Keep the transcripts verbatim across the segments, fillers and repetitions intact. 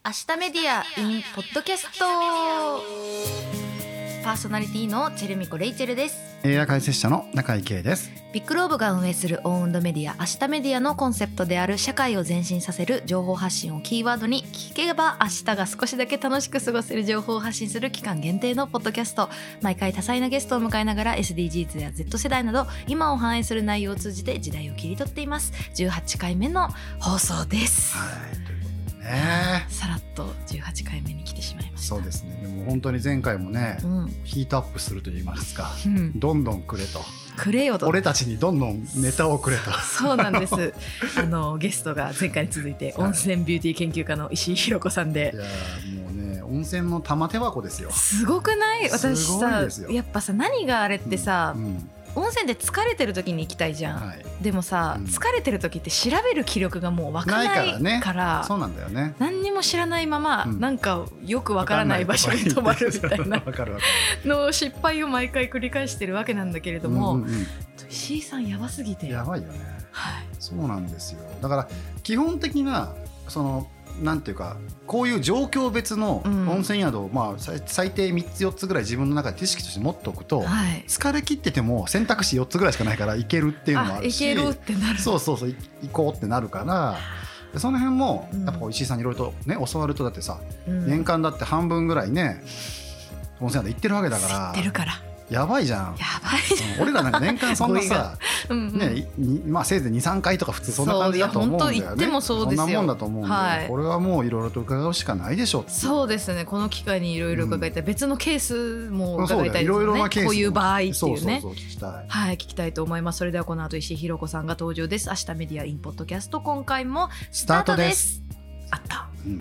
明日メディア in ポッドキャスト。パーソナリティのチェルミコレイチェルです。 エーアイ解説者の中井圭です。 ビッグローブが運営するオウンドメディア明日メディアのコンセプトである社会を前進させる情報発信をキーワードに、聞けば明日が少しだけ楽しく過ごせる情報を発信する期間限定のポッドキャスト。毎回多彩なゲストを迎えながら エスディージーズ や Z 世代など今を反映する内容を通じて時代を切り取っています。じゅうはちかいめの放送です。 はい、ということでね、 さらっとじゅうはちかいめに来てしまいました。 そうですね。でも本当に前回もね、うん、ヒートアップすると言いますか、うん、どんどんくれとくれよと、 俺たちにどんどんネタをくれと。 そうなんですあのゲストが前回に続いて温泉ビューティー研究家の石井ひろ子さんで、 いやもうね、温泉の玉手箱ですよ。 すごくない？私さ、やっぱさ、何があれってさ、うんうん、温泉で疲れてる時に行きたいじゃん、はい、でもさ、うん、疲れてる時って調べる気力がもう湧かないから、 ないからね、そうなんだよね。 何にも知らないまま、うん、なんかよくわからない場所に泊まるみたいなの失敗を毎回繰り返してるわけなんだけれども、うんうんうん、石井さんやばすぎてやばいよね、はい、そうなんですよ。だから基本的なそのなんていうか、こういう状況別の温泉宿を、うん、まあ、最低みっつよっつぐらい自分の中で知識として持っておくと、はい、疲れ切ってても選択肢よっつぐらいしかないから行けるっていうのもあるし、 あ、行けるってなる、 そうそうそう、行こうってなるから、その辺もやっぱ石井さんにいろいろとね教わると、だってさ、うん、年間だって半分ぐらいね温泉宿行ってるわけだから、 行ってるからやばいじゃん。 やばいじゃん、 うん、俺らなんか年間そんなさうんうん、ね、まあ、せいぜい にさんかいとか普通そんな感じだと思うんだよね。 そう、いや本当言ってもそうですよ。 そんなもんだと思うんで、はい、これはもういろいろと伺うしかないでしょう。 そうですね、この機会にいろいろ伺いたい、うん、別のケースも伺いたいですよね。いろいろなケース、こういう場合っていうね、そうそうそう、聞きたい、はい、聞きたいと思います。それではこの後石井ひろ子さんが登場です。明日メディアインポッドキャスト、今回もスタートです。あった、うん、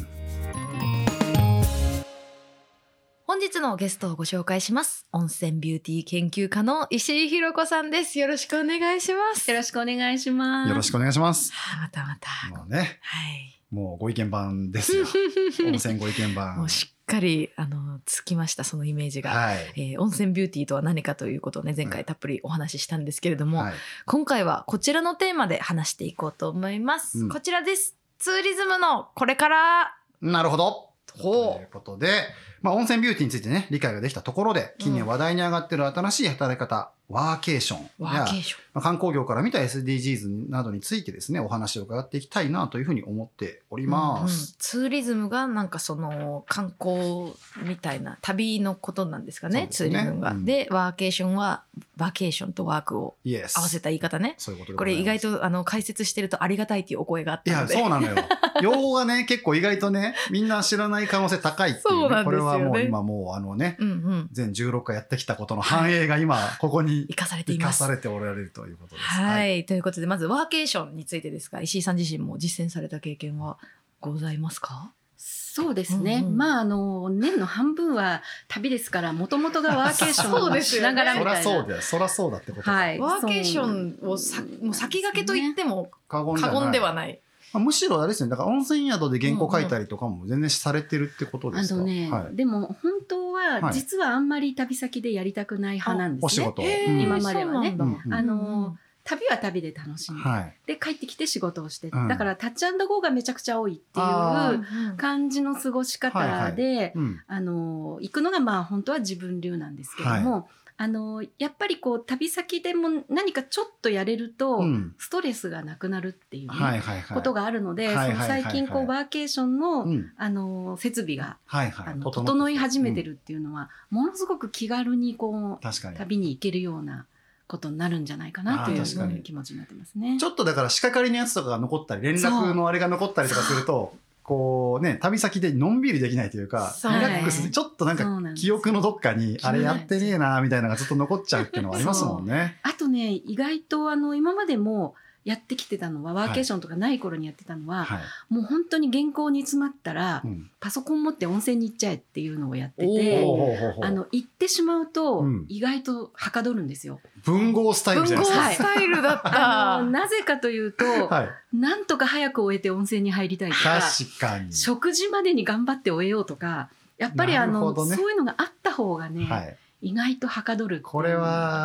本日のゲストをご紹介します。温泉ビューティー研究家の石井ひろ子さんです。よろしくお願いします。 よろしくお願いします。 よろしくお願いします。 はあ、またまたもうね、はい、もうご意見番ですよ温泉ご意見番。 もうしっかりあのつきました、そのイメージが、はい、えー、温泉ビューティーとは何かということをね、前回たっぷりお話ししたんですけれども、はい、今回はこちらのテーマで話していこうと思います、うん、こちらです。ツーリズムのこれから。 なるほど。ということで、まあ、温泉ビューティーについてね理解ができたところで、近年話題に上がっている新しい働き方、うん、ワーケーションやワーケーション、 まあ、観光業から見た エスディージーズ などについてですね、お話を伺っていきたいなというふうに思っております、うんうん、 ツーリズムがなんかその観光みたいな旅のことなんですかね。ツーリズムが、うん、でワーケーションはバケーションとワークを合わせた言い方ね、yes、そういうことでございます。これ意外とあの解説してるとありがたいっていうお声があったので。 いや、そうなのよ用語がね結構意外とねみんな知らない可能性高いっていう、ね、 そうなんですよね。 これはもう今もうあのね、うんうん、全じゅうろっかいやってきたことの反映が今ここに生かされています。 生かされておられるということです。 はい、はい、ということでまずワーケーションについてですが、石井さん自身も実践された経験はございますか？ そうですね、うんうん、まああの年の半分は旅ですから、もともとがワーケーションをしながらみたいな。 そらそうだよ、そらそうだってことだ、 はい、ワーケーションをさもう先駆けと言っても過言ではない。 まあ、むしろあれですね、だから温泉宿で原稿書いたりとかも全然されてるってことですか？ あのね、はい、でも本当は実はあんまり旅先でやりたくない派なんですね、 お仕事、 今まではね、あの旅は旅で楽しんで、はい、で帰ってきて仕事をして、うん、だからタッチ&ゴーがめちゃくちゃ多いっていう感じの過ごし方で、あの行くのがまあ本当は自分流なんですけども、はい、あのやっぱりこう旅先でも何かちょっとやれるとストレスがなくなるっていう、ね、ことがあるので、最近こうワーケーションの、うん、あの設備が、はいはい、あの整い始めてるっていうのは、うん、ものすごく気軽にこう旅に行けるようなことになるんじゃないかなという気持ちになってますね。 ちょっとだから仕掛かりのやつとかが残ったり、連絡のあれが残ったりとかすると、こうね、旅先でのんびりできないというか、リラックスでちょっとなんか記憶のどっかにあれやってねえなみたいなのがずっと残っちゃうっていうのはありますもんね。 あとね、意外とあの今までもやってきてたのは、ワーケーションとかない頃にやってたのは、はい、もう本当に原稿に詰まったら、うん、パソコン持って温泉に行っちゃえっていうのをやってて、あの行ってしまうと、うん、意外とはかどるんですよ。 文豪スタイルじゃないですか。 文豪スタイルだった。 あのなぜかというと、はい、なんとか早く終えて温泉に入りたいとか、 確かに食事までに頑張って終えようとか、やっぱりあの、ね、そういうのがあった方がね、はい、意外とはかどる。 これは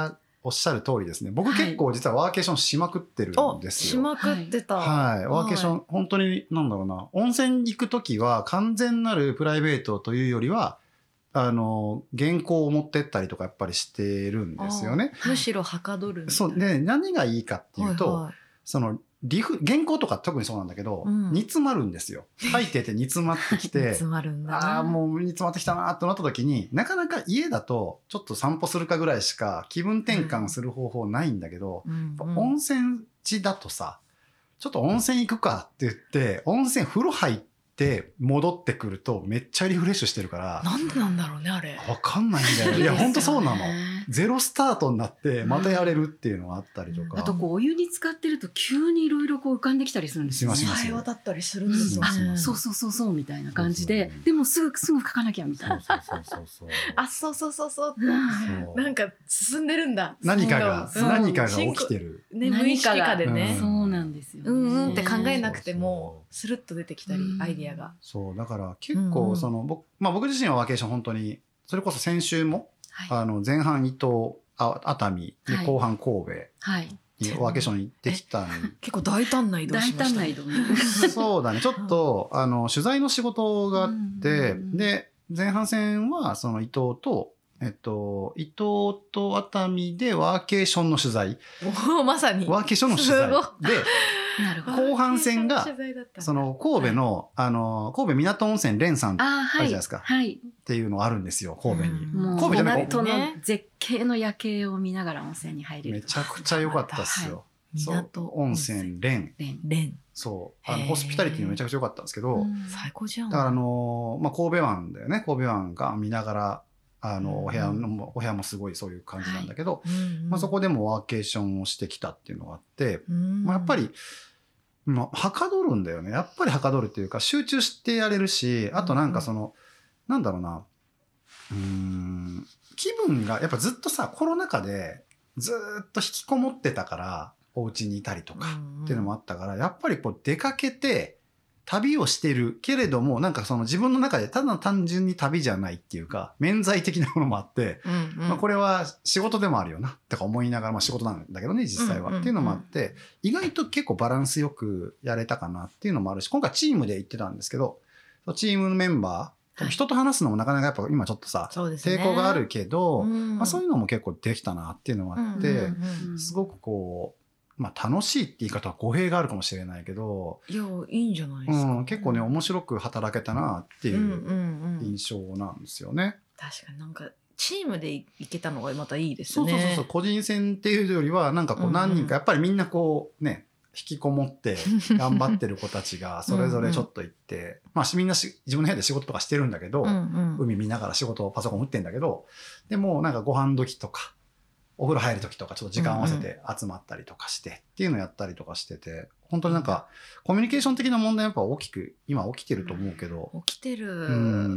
おっしゃる通りですね。僕結構実はワーケーションしまくってるんですよ。 しまくってた。 はい。ワーケーション、はい、本当になんだろうな。温泉行くときは完全なるプライベートというよりは、あの、原稿を持ってったりとかやっぱりしてるんですよね。 むしろはかどるみたいな。 そう。で、何がいいかっていうと、 はいはい、 その、リフ、原稿とか特にそうなんだけど、うん、煮詰まるんですよ。書いてて煮詰まってきて、煮詰まるんだな。 ああ、もう煮詰まってきたなってなった時に、なかなか家だとちょっと散歩するかぐらいしか気分転換する方法ないんだけど、うんうん、温泉地だとさ、ちょっと温泉行くかって言って、温泉風呂入って戻ってくるとめっちゃリフレッシュしてるから。 なんでなんだろうね、あれ。 わかんないんだよ。いや、ほんとそうなの。ゼロスタートになってまたやれるっていうのがあったりとか、 うん、あとこうお湯に浸かってると急にいろいろこう浮かんできたりするんですよね。 会話だったりするんですよ、 ね。そうそうそうそうみたいな感じで、でもすぐすぐ書かなきゃみたいな。 あ、そうそうそうそう。なんか進んでるんだ。 何かが何かが起きてる。 ね、無意識化でね。 そうなんですよね。 うんうんって考えなくてもスルッと出てきたりアイディアが。 そうだから結構その僕まあ僕自身はワーケーション本当にそれこそ先週もあの前半伊東あ熱海で後半神戸にワーケーション行ってきたん、はい、 結構大胆な移動しました、ね、 大胆な移動そうだねちょっとあの取材の仕事があってで前半戦はその伊東とえっと伊東と熱海でワーケーションの取材おまさにワーケーションの取材で後半戦がその神戸のあの神戸港温泉蓮さんあるじゃないですか、 はい、 っていうのがあるんですよ神戸に。 神戸じゃない港の絶景の夜景を見ながら温泉に入れる。 めちゃくちゃ良かったっすよ。港温泉蓮蓮そうあのホスピタリティもめちゃくちゃ良かったんですけど、 最高じゃん。 だからあのまあ神戸湾だよね。神戸湾が見ながらあのお部屋のお部屋もすごいそういう感じなんだけど、まあそこでもワーケーションをしてきたっていうのがあって、まあやっぱりまあ、はかどるんだよね。やっぱりはかどるっていうか、集中してやれるし、あとなんかその、うんうん、なんだろうな、うーん、気分が、やっぱずっとさ、コロナ禍でずっと引きこもってたから、お家にいたりとかっていうのもあったから、やっぱりこう出かけて、旅をしてるけれども、なんかその自分の中でただ単純に旅じゃないっていうか、免罪的なものもあって、うんうん、まあこれは仕事でもあるよなってか思いながら、まあ仕事なんだけどね、実際は、うんうんうん、っていうのもあって、意外と結構バランスよくやれたかなっていうのもあるし、今回チームで行ってたんですけど、チームのメンバー、人と話すのもなかなかやっぱ今ちょっとさ、はい、抵抗があるけど、うんまあ、そういうのも結構できたなっていうのもあって、うんうんうん、すごくこう、まあ楽しいって言い方は語弊があるかもしれないけど、 いやいいんじゃないですか、 うん、結構ね面白く働けたなっていう印象なんですよね、うんうんうん、 確かになんかチームで行けたのがまたいいですね。 そうそうそう個人戦っていうよりはなんかこう何人かやっぱりみんなこうね引きこもって頑張ってる子たちがそれぞれちょっと行ってうん、うん、まあみんなし自分の部屋で仕事とかしてるんだけど、うんうん、海見ながら仕事をパソコン打ってんだけど、でもなんかご飯時とかお風呂入る時とかちょっと時間合わせて集まったりとかしてっていうのをやったりとかしてて、本当になんかコミュニケーション的な問題やっぱ大きく今起きてると思うけど、 起きてる、 うん、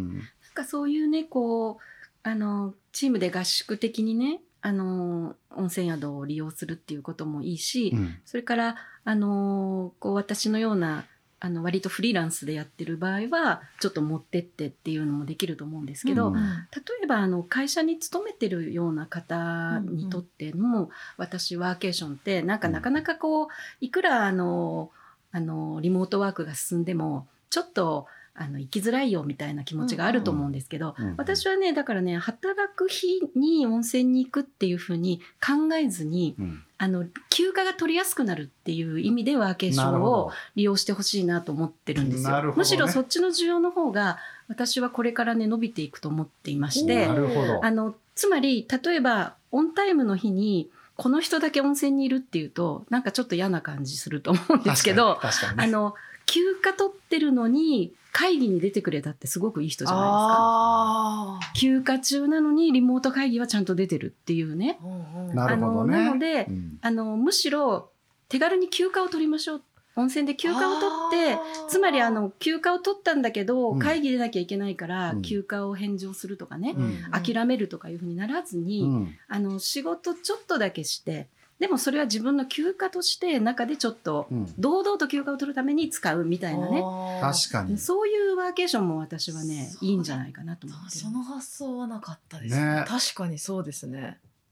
なんかそういうねこうあのチームで合宿的にねあの温泉宿を利用するっていうこともいいし、うん、それからあのこう私のようなあの割とフリーランスでやってる場合はちょっと持ってってっていうのもできると思うんですけど、うん、例えばあの会社に勤めてるような方にとっての、うんうん、私ワーケーションってなんかなかなかこういくらあのあのリモートワークが進んでもちょっとあの生きづらいよみたいな気持ちがあると思うんですけど、うんうん、私はねだからね働く日に温泉に行くっていうふうに考えずに、うん、あの休暇が取りやすくなるっていう意味でワーケーションを利用してほしいなと思ってるんですよ、ね、むしろそっちの需要の方が私はこれからね伸びていくと思っていまして、 なるほど。 あのつまり例えばオンタイムの日にこの人だけ温泉にいるっていうとなんかちょっと嫌な感じすると思うんですけど、 確かに確かに、ね、 あの休暇取ってるのに会議に出てくれたってすごくいい人じゃないですか。休暇中なのにリモート会議はちゃんと出てるっていうね。 なるほどね。 あのなので、 うん、 あのむしろ手軽に休暇を取りましょう。温泉で休暇を取ってつまりあの休暇を取ったんだけど、うん、会議でなきゃいけないから、うん、休暇を返上するとかね、うん、諦めるとかいうふうにならずに、うん、あの仕事ちょっとだけしてでもそれは自分の休暇として中でちょっと堂々と休暇を取るために使うみたいなね、 うん、確かにそういうワーケーションも私はねいいんじゃないかなと思って。 その発想はなかったですね。ね、確かにそうですね。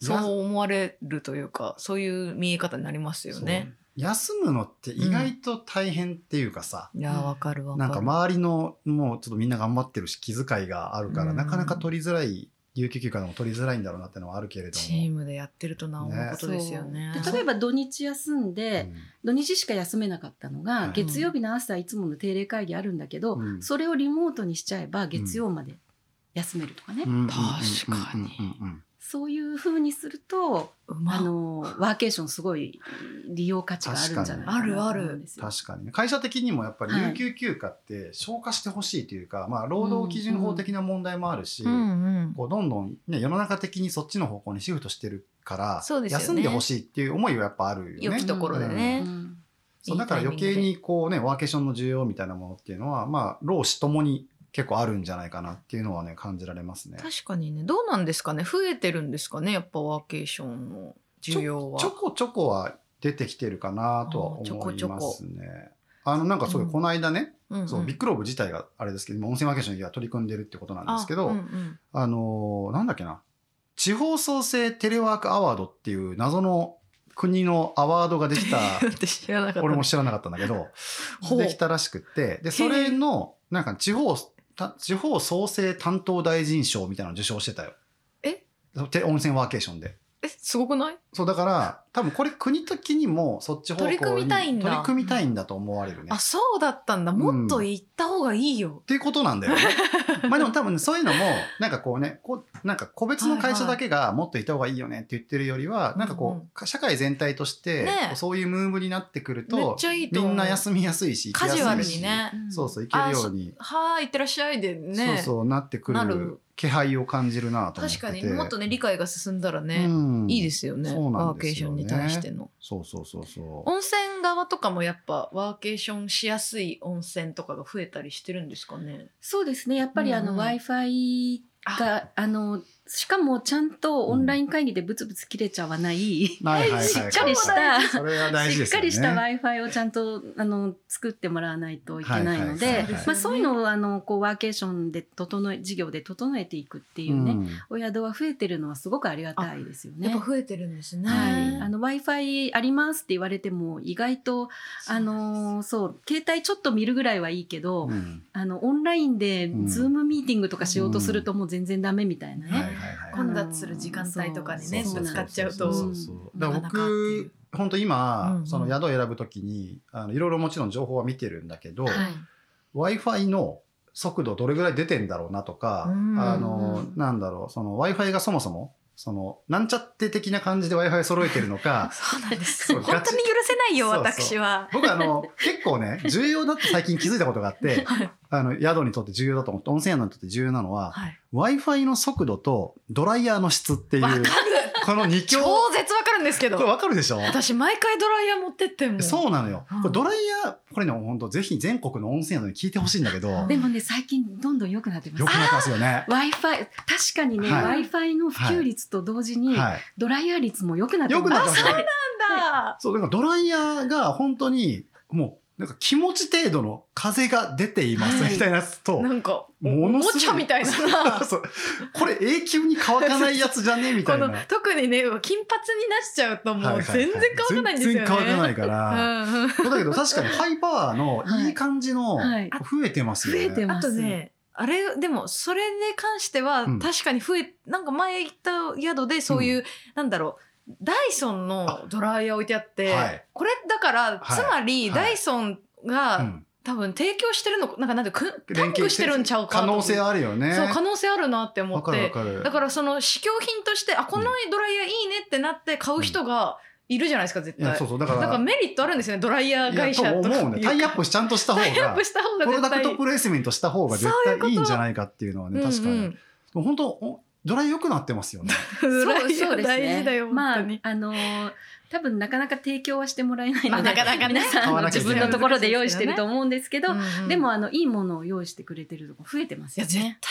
そう思われるというかそういう見え方になりますよね。 休むのって意外と大変っていうかさ、 うん、いやわかるわかる。 なんか周りのもうちょっとみんな頑張ってるし気遣いがあるから、うん、なかなか取りづらい有給休暇でも取りづらいんだろうなってのはあるけれども、 チームでやってるとな思うことですよね。 ね、例えば土日休んで、うん、土日しか休めなかったのが、うん、月曜日の朝いつもの定例会議あるんだけど、うん、それをリモートにしちゃえば月曜まで休めるとかね、 うん、確かにそういう風にするとあのワーケーションすごい利用価値があるんじゃないかなと思うんですよ。 確かに会社的にもやっぱり有給休暇って消化してほしいというか、はい、まあ、労働基準法的な問題もあるし、うんうん、こうどんどん、ね、世の中的にそっちの方向にシフトしてるから、そうですよね、休んでほしいっていう思いはやっぱあるよね。 良きところでね、 うんうん、そうだから余計にこう、ね、ワーケーションの需要みたいなものっていうのは、まあ、労使ともに結構あるんじゃないかなっていうのはね感じられますね。 確かにね。どうなんですかね、増えてるんですかね、やっぱワーケーションの需要は。 ちょこちょこは出てきてるかなとは思いますね。ちょこちょこあのなんかそういうこの間ね、うんうん、そうビッグローブ自体があれですけど温泉ワーケーションには取り組んでるってことなんですけど、あ、うんうん、あのなんだっけな、地方創生テレワークアワードっていう謎の国のアワードができた知らなかった、 俺も知らなかったんだけどできたらしくって、でそれのなんか地方地方創生担当大臣賞みたいなのを受賞してたよ。 え？ 温泉ワーケーションで。 え、すごくない？ そうだから多分これ国的にもそっち方向に取り組みたいんだ。 取り組みたいんだと思われるね。 あ、そうだったんだ。もっと行った方がいいよ。うん、 っていうことなんだよね。まあでも多分そういうのもなんかこうね、こうなんか個別の会社だけがもっと行った方がいいよねって言ってるよりは、はいはい、なんかこう、うんうん、社会全体として、ね、そういうムーブになってくると、めっちゃいいと思う。みんな休みやすいし、 カジュアルにね、 そうそう行けるように、 はーい、行ってらっしゃいでね、 そうそうなってくる気配を感じるなと思ってて。 確かにもっとね理解が進んだらね、うん、いいですよね。そうなんですよね。ワーケーションに対しての。 そうそうそうそう。 温泉側とかもやっぱワーケーションしやすい温泉とかが増えたりしてるんですかね。 そうですね。やっぱりあの、うんうん、Wi-Fi があのしかもちゃんとオンライン会議でブツブツ切れちゃわない、うん、しっかりしたしっかりした Wi-Fi をちゃんとあの作ってもらわないといけないので、そういうのをあのこうワーケーションで整え事業で整えていくっていうね、うん、お宿は増えてるのはすごくありがたいですよね。 やっぱ増えてるんですね。 はい、あの Wi-Fi ありますって言われても意外とあのそう携帯ちょっと見るぐらいはいいけど、うん、あのオンラインで Zoom ミーティングとかしようとするともう全然ダメみたいなね。うん混雑する時間帯とかにねぶつかっちゃうと。 だから僕本当今、うんうん、その宿を選ぶときにあのいろいろもちろん情報は見てるんだけど、はい、Wi-Fi の速度どれぐらい出てんだろうなとか、うん、あのなんだろうその Wi-Fi がそもそもそのなんちゃって的な感じで Wi-Fi 揃えてるのかそうなんです本当に許せないよ私は。 僕あの結構ね重要だって最近気づいたことがあって、はい、あの宿にとって重要だと思って温泉宿にとって重要なのは、はい、Wi-Fi の速度とドライヤーの質っていうわかるこの二強超絶わかるんですけどこれわかるでしょ。 私毎回ドライヤー持ってってもそうなのよ、うん、これドライヤーこれね本当ぜひ全国の温泉宿に聞いてほしいんだけどでもね最近どんどん良くなってます。 良くなってますよね。 Wi-Fi 確かにね、はい、Wi-Fi の普及率と同時に、はい、ドライヤー率も良くなってます。 良くなってます。 そうなんだ、 はい、そうだからドライヤーが本当にもうなんか気持ち程度の風が出ていますみたいなやつと、はい、 なんかものすごいおもちゃみたいなそうこれ永久に乾かないやつじゃねみたいなこの特にね金髪になっちゃうともう全然乾かないんですよね、 はいはいはい、全然乾かないからだけど確かにハイパワーのいい感じの、はい、増えてますよね。 増えてます。あとねあれでもそれに関しては確かに増え、うん、なんか前行った宿でそういう、うん、なんだろうダイソンのドライヤー置いてあって、はい、これだから、はい、つまりダイソンが、はいうん、多分提供してるのなんかなんでタッグしてるんちゃうか可能性あるよね。 そう可能性あるなって思って、だからその試供品としてあこのドライヤーいいねってなって買う人がいるじゃないですか絶対。 そうそうだからだからメリットあるんですよねドライヤー会社とか。 と思うね。タイアップちゃんとした方がタイアップした方が絶対プロダクトプレイスメントした方が絶対いいんじゃないかっていうのはね確かに、うんうん、でも本当ドライ良くなってますよね。 ドライそうですね。大事だよまああのー、多分なかなか提供はしてもらえないので、まあ、なかなか皆さん自分のところで用意してると思うんですけど、ね、でもあのいいものを用意してくれてるとこ増えてますよね。 いや絶対効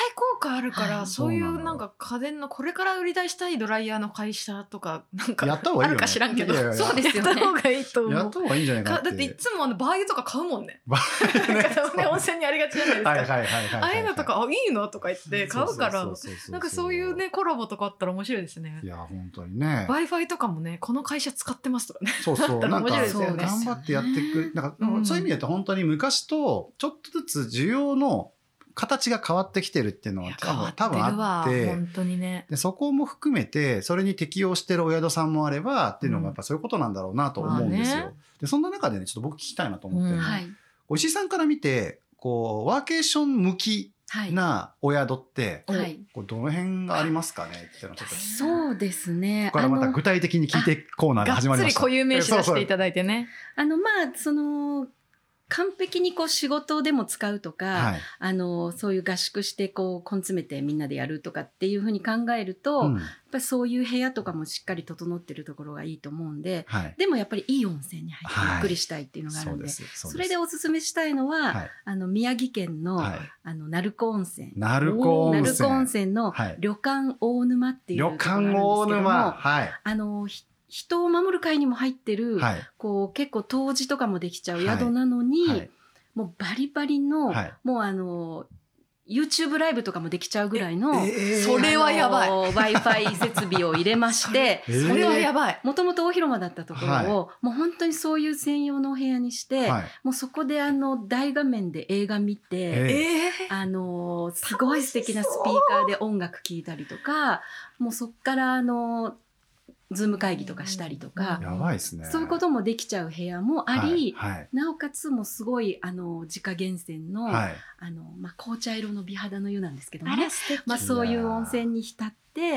くあるから、 はい、 そういうなんか家電のこれから売り出したいドライヤーの会社とかなんかやった方がいいよね、 あるか知らんけど、 いやいやいやそうですよね、 やった方がいいと思う。 やった方がいいんじゃないかなって。 だっていつもあのバー油とか買うもんね。 バー油ねね温泉にありがちじゃないですか。 はいはいはいはいはい、 ああいうのとか、あ、いいのとか言って買うから、なんかそういうねコラボとかあったら面白いですね。 いや本当にね。 Wi-Fi とかもね、この会社使ってますとかね。 そうそう、なんか面白いですよね。 頑張ってやっていく、なんか、 うん、 そういう意味で言うと本当に昔とちょっとずつ需要の形が変わってきてるっていうのは多分多分あって、 本当にね。でそこも含めてそれに適応してるお宿さんもあればっていうのがやっぱそういうことなんだろうなと思うんですよ。うんまあね、でそんな中でねちょっと僕聞きたいなと思ってるのは、うん、石井さんから見てこうワーケーション向きなお宿って、はい、こうどの辺がありますかねっていうのちょっと。 そうですね。 これからまた具体的に聞いてコーナーが始まりました。 がっつり固有名詞出していただいてね。 あのまあその完璧にこう仕事でも使うとか、はい、あのそういう合宿してこう根詰めてみんなでやるとかっていうふうに考えると、うん、やっぱりそういう部屋とかもしっかり整ってるところがいいと思うんで、はい、でもやっぱりいい温泉に入ってゆっくりしたいっていうのがあるんで、はい、そ, そ, それでおすすめしたいのは、はい、あの宮城県の、はい、あの鳴子温泉鳴子温泉鳴子温泉の旅館大沼っていうところがあるんですけども、旅館大沼、はい、あの人を守る会にも入ってる、はい、こう結構湯治とかもできちゃう宿なのに、はいはい、もうバリバリの、はい、もうあの YouTube ライブとかもできちゃうぐらいの、 えー、それはやばい Wi-Fi 設備を入れましてそれ、それはやばい。 もともと大広間だったところを、はい、もう本当にそういう専用のお部屋にして、はい、もうそこであの大画面で映画見て、えー、あのすごい素敵なスピーカーで音楽聴いたりとか、もうそっからあのズーム会議とかしたりとか、 やばいですね、 そういうこともできちゃう部屋もあり、はいはい、なおかつもすごいあの自家源泉の、はい、あのまあ、紅茶色の美肌の湯なんですけどもね、まあ、そういう温泉に浸って、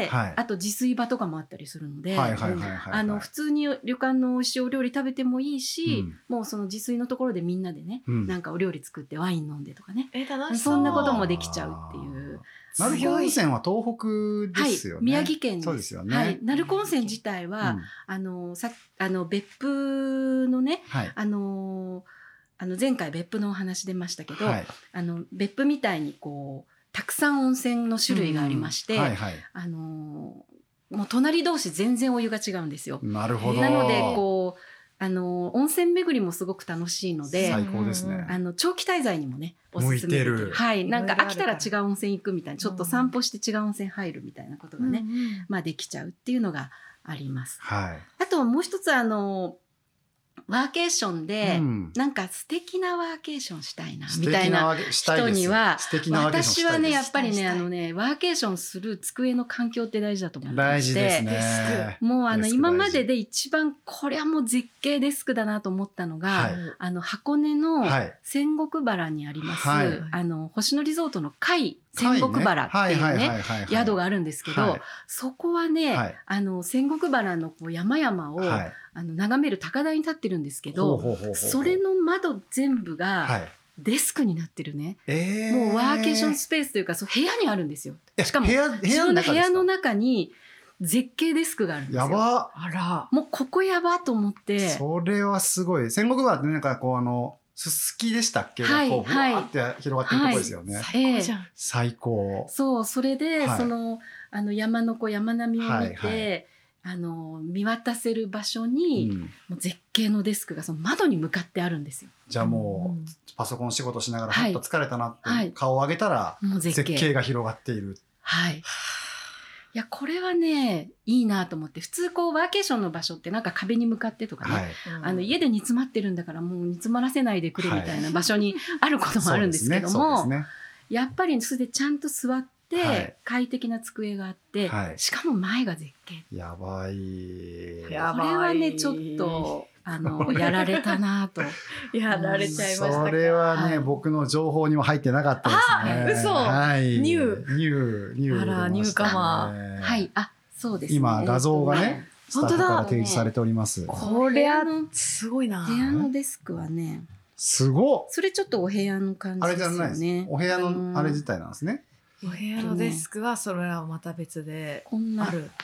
はい、あと自炊場とかもあったりするので、普通に旅館の美味しいお料理食べてもいいし、うん、もうその自炊のところでみんなでね、うん、なんかお料理作ってワイン飲んでとかね、 え楽しそう、そんなこともできちゃうっていう。 鳴子温泉は東北ですよね。 はい、宮城県です。 そうですよね。 はい、鳴子温泉自体は、うん、あのさあの別府のね、はい、あのあの前回別府のお話出ましたけど、はい、あの別府みたいにこうたくさん温泉の種類がありまして、うんはいはい、あのもう隣同士全然お湯が違うんですよ。 なるほど。 なのでこうあの温泉巡りもすごく楽しいので、 最高ですね。 あの長期滞在にもねおすすめできる。はい、なんか飽きたら違う温泉行くみたいな、ちょっと散歩して違う温泉入るみたいなことがね、うんうん、まあできちゃうっていうのがあります。はい。あともう一つあのワーケーションで、うん、なんか素敵なワーケーションしたいなみたいな人には、私はねやっぱりねあのねワーケーションする机の環境って大事だと思ってまして、大事ですね。もうあの今までで一番これはもう絶景デスクだなと思ったのが、はい、あの箱根の仙石原にあります、はい、あの星野リゾートの界仙石原っていうね宿があるんですけど、はい、そこはね、はい、あの仙石原のこう山々を、はい、あの眺める高台に立ってるんですけど、それの窓全部がデスクになってるね、はい、もうワーケーションスペースというかそう部屋にあるんですよ。しかも自分の部屋の中に絶景デスクがあるんですよ。 やば。 あら、 もうここやばと思って。 それはすごい。仙石原ってなんかこうあのすすきでしたっけ、はい、こうふわーって広がってるところですよね、はい、 最高じゃん、 最高。 そう、それで、はい、そのあの山のこう山並みを見て、はいはい、あの見渡せる場所に、うん、もう絶景のデスクがその窓に向かってあるんですよ。 じゃあもう、うん、パソコン仕事しながらふっと疲れたなって、はい、顔を上げたら、もう絶景、絶景が広がっている。 はい。いやこれはねいいなと思って、普通こうワーケーションの場所ってなんか壁に向かってとかね、はい、あの家で煮詰まってるんだからもう煮詰まらせないでくれみたいな場所にあることもあるんですけども、やっぱりそれでちゃんと座って快適な机があって、はい、しかも前が絶景。 やばい。 これはねちょっとあのやられたなとやられちゃいましたか。 それはね、はい、僕の情報にも入ってなかったですね。 あ、嘘、はい、ニューニューニュー、 あらニューカマー、 はい、あ、そうですね。 今画像がね、スタッフから提示されております。 これはすごいな。 部屋のデスクはね、 すごっ。 それちょっとお部屋の感じですよね。あれじゃないです。 お部屋のあれ自体なんですね。 お部屋のデスクはそれはまた別でこんなある。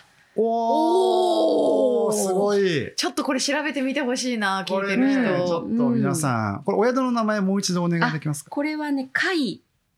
おー、すごい。 ちょっとこれ調べてみてほしいな、聞いてる人。 ね、ちょっと皆さん、うん、これお宿の名前もう一度お願いできますか。 これはね、界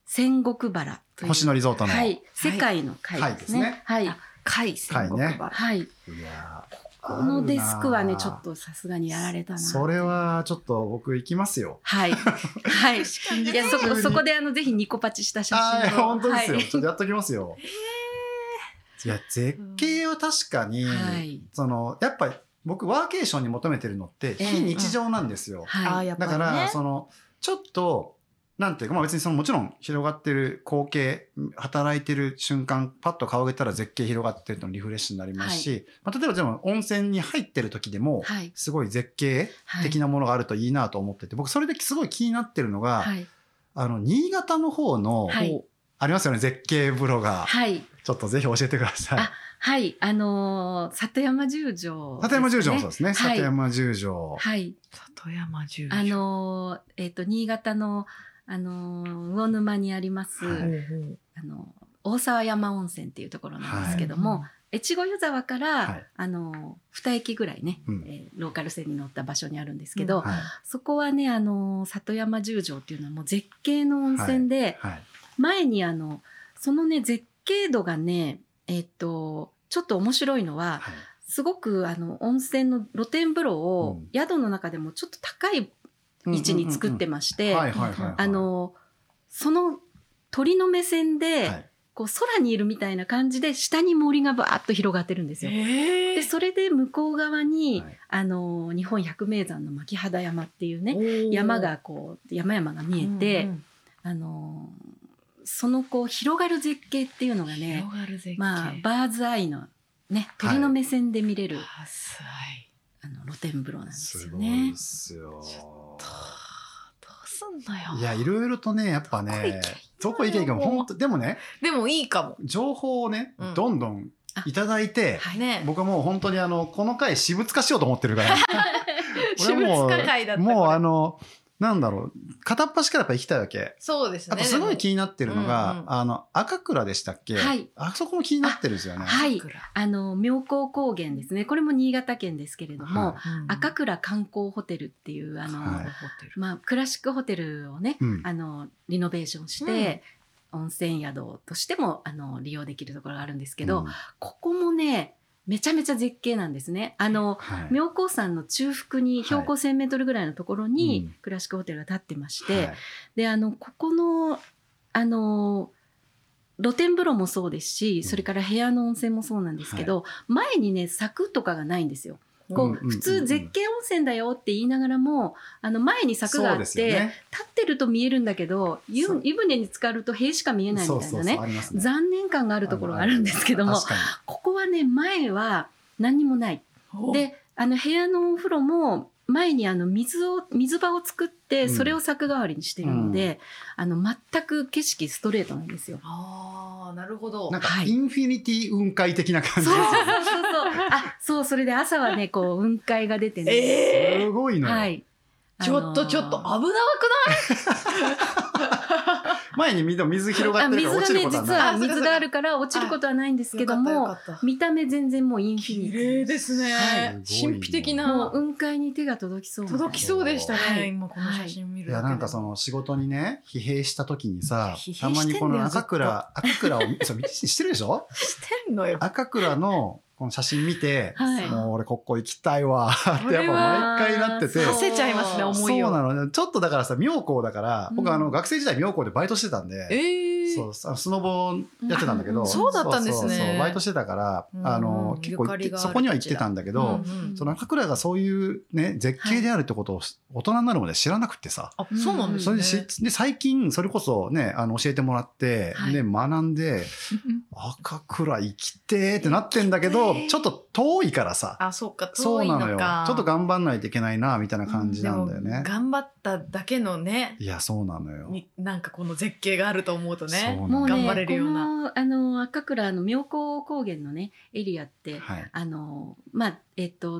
仙石原という星野リゾートの、 はい、世界の海ですね。 はい。海仙石原。はい。いやこのデスクはねちょっとさすがにやられたな。 それはちょっと僕行きますよ。 はいはい。いやそこそこであのぜひニコパチした写真を。 本当ですよ。ちょっとやっときますよ。いや絶景は確かに、そのやっぱり僕ワーケーションに求めてるのって非日常なんですよ。だからそのちょっとなんていうか、まあ別にそのもちろん広がってる光景、働いてる瞬間、パッと顔上げたら絶景広がってるのリフレッシュになりますし、はい、まあ、例えばでも温泉に入ってる時でも、すごい絶景的なものがあるといいなと思ってて、僕それですごい気になってるのが、はい、あの、新潟の方の、はい、ありますよね、絶景風呂が。はい。ちょっとぜひ教えてください。 あはい、あのー、里山十条、ね。里山十条もそうですね。はい、里山十条。 はい。 里山十条。 あのー、えっと、新潟の、あの魚沼にあります、はい、あの大沢山温泉っていうところなんですけども、はい、越後湯沢から、はい、あのに駅ぐらいね、うん、えー、ローカル線に乗った場所にあるんですけど、うん、はい、そこはねあの里山十条っていうのはもう絶景の温泉で、はいはい、前にあのそのね絶景度がねえっとちょっと面白いのは、はい、すごくあの温泉の露天風呂を、うん、宿の中でもちょっと高い位置に作ってましてあのその鳥の目線で、はい、こう空にいるみたいな感じで下に森がバーッと広がってるんですよ。でそれで向こう側に、はい、あの日本百名山の巻肌山っていうね山がこう山々が見えて、うんうん、あのそのこう広がる絶景っていうのがね、まあ、バーズアイの、ね、鳥の目線で見れる、はい、あの露天風呂なんですよね。 すごいですよ。 すんのよ。 いやいろいろとねやっぱねどこ行けばいいかも本当でもねでもいいかも情報をね、うん、どんどんいただいて、ね、僕はもう本当にあのこの回私物化しようと思ってるから私物化回だったもうあのなんだろう片っ端からやっぱ行きたいわけ。 そうですね。 あとすごい気になってるのが、うんうん、あの赤倉でしたっけ、はい、あそこも気になってるんですよね。 はい、あの妙高高原ですね。これも新潟県ですけれども、はい、赤倉観光ホテルっていうあの、はい、まあ、クラシックホテルをね、うん、あのリノベーションして、うん、温泉宿としてもあの利用できるところがあるんですけど、うん、ここもねめちゃめちゃ絶景なんですね。あの、はい、妙高山の中腹に標高せんメートルぐらいのところにクラシックホテルが建ってまして、はい、であのここのあの露天風呂もそうですし、それから部屋の温泉もそうなんですけど、はい、前にね柵とかがないんですよ。こう普通絶景温泉だよって言いながらもあの前に柵があって、ね、立ってると見えるんだけど湯船に浸かると塀しか見えないみたいなね、ね残念感があるところがあるんですけども、ここはね前は何にもないであの部屋のお風呂も前にあの水を水場を作ってそれを柵代わりにしてるので、うん、あの全く景色ストレートなんですよ。 あーなるほど。 なんかインフィニティ雲海的な感じですよね。 そうそうそうそうあそうそれで朝はねこう雲海が出てね、 えー、すごいのよ、 はい、ちょっとちょっと危なくない前に水広がってるから落ちることはない。 水がね実は水があるから落ちることはないんですけども見た目全然もうインフィニティ。 綺麗ですね、はい、神秘的なもう雲海に手が届きそう届きそうでしたね、はい、今この写真見るだけで、 いやなんかその仕事にね疲弊した時にさたまにこの赤倉赤倉をそうしてるでしょしてんのよ。 赤倉のこの写真見て、はい、もう俺ここ行きたいわってやっぱ毎回なっててさせちゃいますね思いを。 そうなのね。ちょっとだからさ妙高だから、うん、僕あの学生時代妙高でバイトしてたんで、えー、そうスノボやってたんだけど、うん、 そうだったんですね。 そうそうそうバイトしてたから、うん、あの結構そこには行ってたんだけど、うんうん、その赤倉がそういうね絶景であるってことを大人になるまで知らなくてさ、 はい、あそうなんですね。 それでで最近それこそねあの教えてもらって、はい、で学んで赤倉行きてーってなってんだけどちょっと遠いからさ。 あ、そうか、遠いのか。そうなのよ。 ちょっと頑張んないといけないなみたいな感じなんだよね。 うん、頑張っただけのね。 いや、そうなのよ。 になんかこの絶景があると思うとね、 もうね頑張れるような。 このあの赤倉の妙高高原のねエリアって、はい、あのまあえっと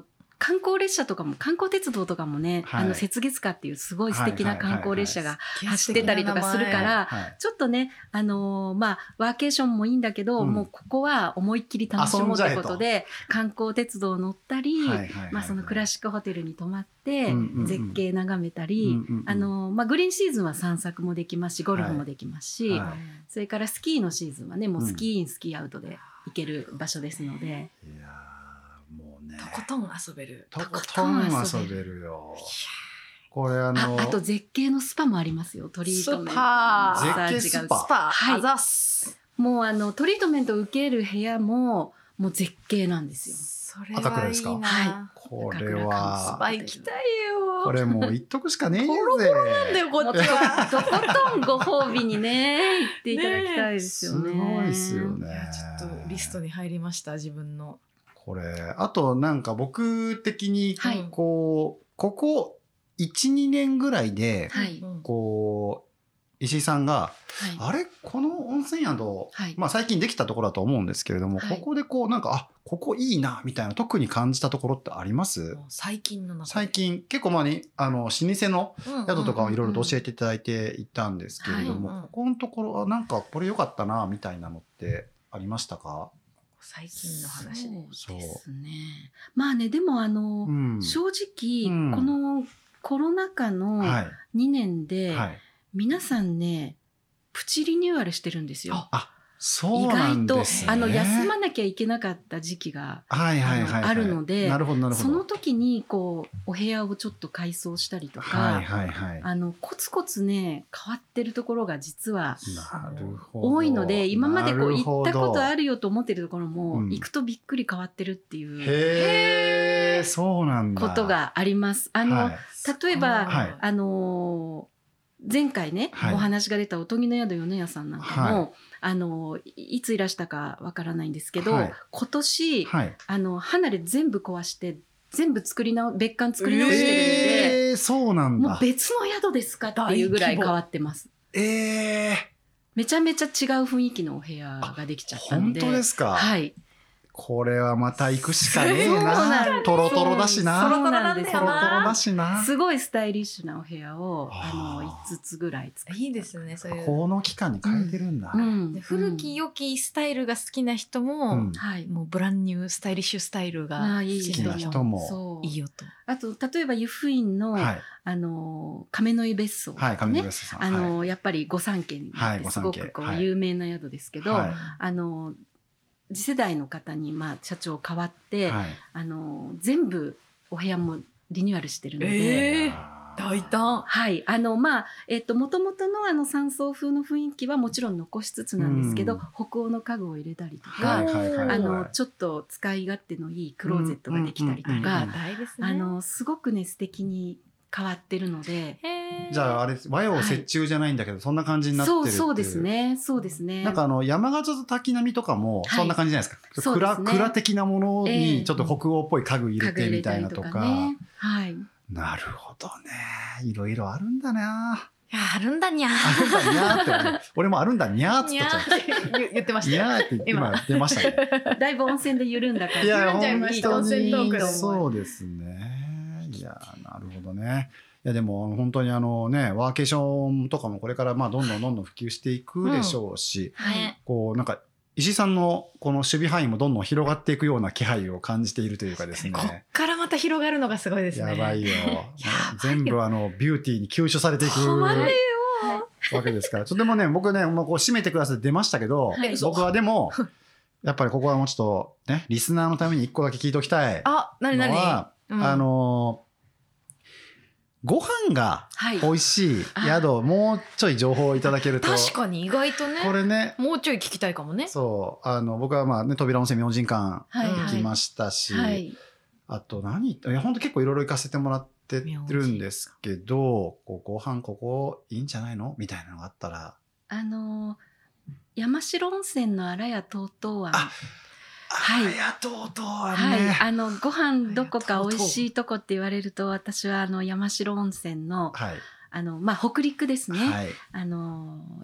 観光列車とかも観光鉄道とかもね、はい、あの雪月花っていうすごい素敵な観光列車が走ってたりとかするから、ちょっとね、あのー、まあワーケーションもいいんだけど、うん、もうここは思いっきり楽しもうってことで観光鉄道乗ったり、まあそのクラシックホテルに泊まって絶景眺めたり、うんうんうん、あのー、まあグリーンシーズンは散策もできますし、ゴルフもできますし、はいはい、それからスキーのシーズンはね、もうスキーイン、うん、スキーアウトで行ける場所ですので、いやもうね、とことん遊べる。 とことん遊べるよ。これあのあ, あと絶景のスパもありますよ。トリートメント、 スパ絶景スパ、 スパ、 はい、 あざっす。 もうあのトリートメントを受ける部屋ももう絶景なんですよ。 それはいいな。 はい。 これはスパ行きたいよ。 これもう言っとくしかねえよぜ。 ボロボロなんだよこっちは。 とことんご褒美にね行っていただきたいですよね。 すごいですよね。 ちょっとリストに入りました自分の。 これあとなんか僕的にこう、はい、ここ いちにねんぐらいで、はい、こう石井さんが、はい、あれこの温泉宿、はい、まあ最近できたところだと思うんですけれども、はい、ここでこうなんかあここいいなみたいな特に感じたところってあります？ 最近の中で最近結構まあにあの老舗の宿とかをいろいろと教えていただいていたんですけれども、ここのところはなんかこれ良かったなみたいなのってありましたか？ 最近の話で。 そうですね。まあねでもあの、うん、正直、うん、このコロナ禍のにねんで、はいはい、皆さんねプチリニューアルしてるんですよ。 あ、そうなんですね。 意外とあの休まなきゃいけなかった時期があるので、その時にこうお部屋をちょっと改装したりとか、はいはいはい、あのコツコツね変わってるところが実は多いので、今までこう行ったことあるよと思ってるところも、うん、行くとびっくり変わってるっていうへー、そうなんだことがあります。あの、はい、例えば、はい、あの前回ね、はい、お話が出たおとぎの宿米屋さんなんかも、はい、あのいついらしたかわからないんですけど、はい、今年、はい、あの離れ全部壊して全部作り直別館作り直してるんで、 えー、そうなんだ。 もう別の宿ですかっていうぐらい変わってます。 えー、 めちゃめちゃ違う雰囲気のお部屋ができちゃったんで。 本当ですか？ はい。 これはまた行くしかねえな。トロトロだしな。 そうなんですよ。 トロトロだしな。 すごいスタイリッシュなお部屋をあのいつつぐらい作って。 いいですね。そういうこの期間に変えてるんだ。うんうん、で古き良きスタイルが好きな人も、うん、もうブランニュースタイリッシュスタイルが好きな人もいいよと。 あと例えば湯布院の、はい、あの亀の湯別荘、ね、はい、亀の湯別荘さん、あの、はい、やっぱり御三家ってすごくこう有名な宿ですけど、はい、あの次世代の方にまあ社長変わって、はい、あの全部お部屋もリニューアルしてるので、 えー、大胆。 はいあのまあえっと元々のあの山荘風の雰囲気はもちろん残しつつなんですけど、うん、北欧の家具を入れたりとか、はいはいはいはい、あのちょっと使い勝手のいいクローゼットができたりとか、あのすごくね素敵に変わってるので。 じゃああれ和洋折衷じゃないんだけど、はい、そんな感じになってるっていう。 そうそうですね。そうですね。 なんかあの山形と滝波とかもそんな感じじゃないですか。はい、蔵、ね、蔵的なものにちょっと北欧っぽい家具入れてみたいなとか。とかね、はい。なるほどね。いろいろあるんだな。 いやあるんだにゃー。 あるんだにゃーって。俺もあるんだにゃーって言っちゃう。言ってました。 にゃーって今出ましたね。 だいぶ温泉で緩んだから。 いや緩んじゃいました。温泉トークでも。 そうですね。いやなるほどね。いやでも本当にあのねワーケーションとかもこれからまあどんどんどんどん普及していくでしょうし、うんはい、こうなんか石井さんのこの守備範囲もどんどん広がっていくような気配を感じているというかですね。 こっからまた広がるのがすごいですね。 やばいよ。全部あのビューティーに吸収されていくわけですから。ちょっとでもね僕ねもうこう締めてくださって出ましたけど、はい、僕はでもやっぱりここはもうちょっとねリスナーのために一個だけ聞いておきたいのは、あ、何々、うん、あのご飯が美味しい宿、はい、もうちょい情報をいただけると。 確かに意外とね。 これね。 もうちょい聞きたいかもね。 そう。あの、僕はまあね、扉温泉明神館行きましたし、はいはい、あと何、いや、本当結構いろいろ行かせてもらってるんですけど、こうご飯ここいいんじゃないのみたいなのがあったら。 あの、山城温泉の荒谷とうとう湾。 はい、ありがとうとはね、はい、あのご飯どこか美味しいとこって言われると私はあの山城温泉の、はい、あのまあ北陸ですね、はい、あの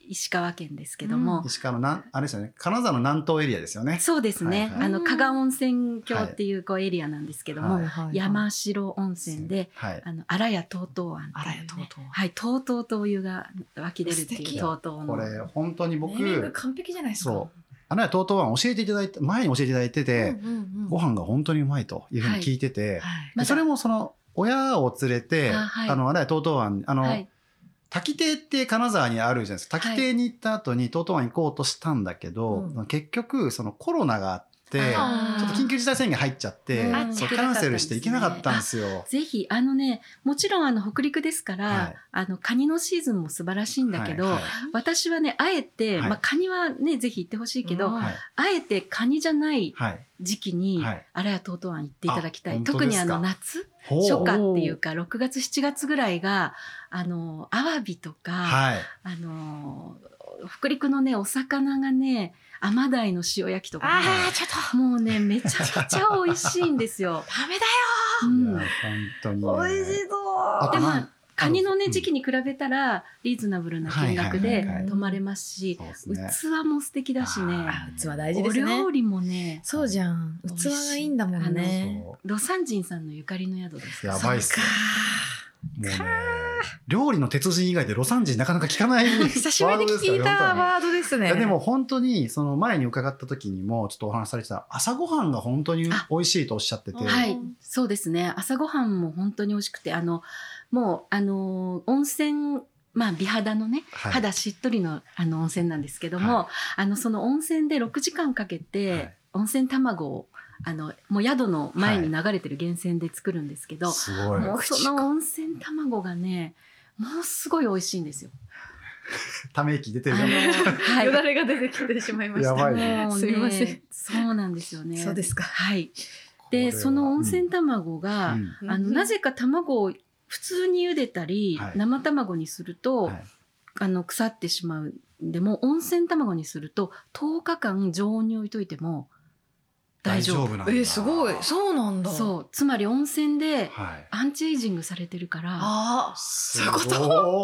石川県ですけども、 うん、石川のなあれですよね、金沢の南東エリアですよね。 そうですね、 はいはい、 あの加賀温泉郷っていうこうエリアなんですけども、 はいはいはい、 山城温泉で、 はい、 あの荒谷とうとう湾っていうね、はい、とうとうとお湯が湧き出るっていうとうとうの、 これ本当に僕ネーミング完璧じゃないですか。そう荒谷とうとう湾教えていただいて前に教えていただいてて、うんうんうん、ご飯が本当にうまいというふうに聞いてて、はいはい、それもその親を連れて、あ、はい、あの荒谷とうとう湾あの、はい、滝亭って金沢にあるじゃないですか。滝亭に行った後にとうとう湾行こうとしたんだけど、はい、結局そのコロナがあってちょっと緊急事態宣言入っちゃって、うん、そうキャンセルして行けなかったんですよ。 ぜひあのね、もちろんあの北陸ですから、はい、あのカニのシーズンも素晴らしいんだけど、はいはい、私はねあえて、はい、まあ、カニはねぜひ行ってほしいけど、はい、あえてカニじゃない時期に荒谷とうとう湾行っていただきたい。はい、特にあの夏初夏っていうかろくがつしちがつぐらいがあのアワビとか、はい、あの北陸のねお魚がねアマダイの塩焼きとか、ね、 あちょっともうねめちゃくちゃ美味しいんですよ。 ダメだよ、 うん、 本当に、ね、 美味しそうでもカニのね時期に比べたらリーズナブルな金額で泊まれますし、器も素敵だしね。 器大事ですね。 お料理もね、 そうじゃん、器がいいんだもんね。 魯山人さんのゆかりの宿です。 やばいっす。もうね、料理の鉄人以外で魯山人なかなか聞かない久しぶりに聞いたワードですね。 いやでも本当にその前に伺った時にもちょっとお話しされてた朝ごはんが本当に美味しいとおっしゃってて、 はい、そうですね。朝ごはんも本当に美味しくて、あのもうあの温泉、まあ美肌のね、はい、肌しっとりのあの温泉なんですけども、はい、あのその温泉でろくじかんかけて、はい、温泉卵をあのもう宿の前に流れてる源泉で作るんですけど、はい、もうその温泉卵がねもうすごい美味しいんですよ。 ため息出てるよね。はい、よだれが出てきてしまいました。 やばいね。 もうね、 すいません。 そうなんですよね。 そうですか。 はい。でその温泉卵が、うん、あのなぜか卵を普通に茹でたり、はい、生卵にすると、はい、あの腐ってしまう。でも温泉卵にするととおかかん常温に置いといても大丈夫。 大丈夫なんだ。 えー、すごい。そうなんだ。 そう、つまり温泉でアンチエイジングされてるから、 はい、そういうこと。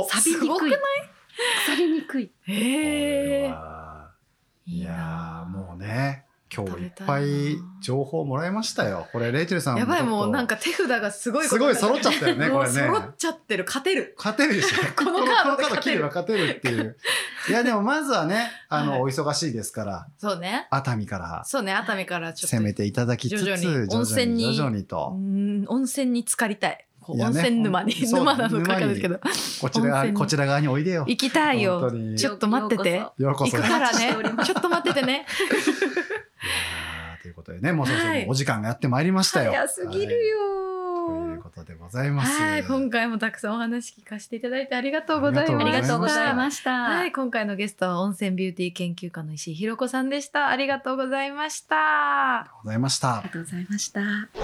錆びにくい。腐りにくい。 へえ。 いやーもうね、今日いっぱい情報もらいましたよ。これレイチェルさんやばい、もうなんか手札がすごいすごい揃っちゃったよね。これね。 揃っちゃってる。勝てる。 勝てるでしょ。 このカードで勝てる。 このカード切れば勝てるっていう。いやでもまずはね、あの、はい、お忙しいですから。 そうね。 熱海から。 そうね、熱海からちょっと攻めていただきつつ、 徐々に温泉に徐々にと。 温泉に浸かりたい。温泉沼に、ね、沼なのかですけど、 こちら側こちら側においでよ。 行きたいよ。ちょっと待ってて。 ようこそ。 行くからね。ちょっと待っててね。 ということでね、もうそろそろお時間がやってまいりましたよ。 早すぎるよ、 はい。ということでございます。 はい、今回もたくさんお話聞かせていただいてありがとうございました。 ありがとうございました。 はい、今回のゲストは温泉ビューティー研究家の石井ひろ子さんでした。ありがとうございました。 ありがとうございました。 ありがとうございました。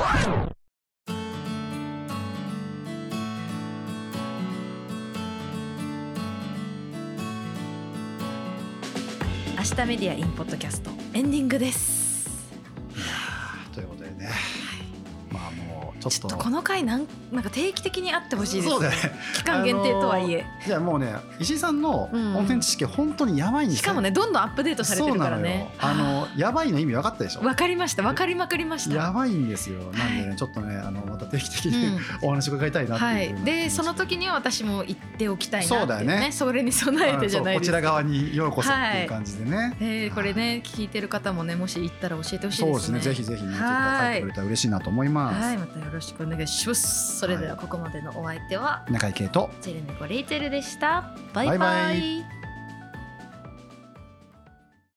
明日メディアインポッドキャストエンディングです。 いやということでね、はい、まあもうちょっとちょっとこの回なんなんか定期的にあってほしいです。 そうだね。 期間限定とはいえ、 じゃあもうね、石井さんの温泉知識本当にやばいんですよ。 しかもね、どんどんアップデートされてるからね。 あのやばいの意味分かったでしょ。 分かりました。分かりまくりました。 やばいんですよ。なんでね、ちょっとね、あのまた定期的に、うん、お話を伺いたいなっていう、 はい。でその時には私も言っておきたいなっていうね。 そうだよね。 それに備えてじゃないですか。 こちら側にようこそっていう感じでね。はい、 えー、これね聞いてる方もね、もし行ったら教えてほしいですね。 そうですね。ぜひぜひね、ちょっと書いてくれたら嬉しいなと思います。 はい、またよろしくお願いします。それではここまでのお相手は中井圭とジェレミコレイチェルでした。バイバイ。バイバイ。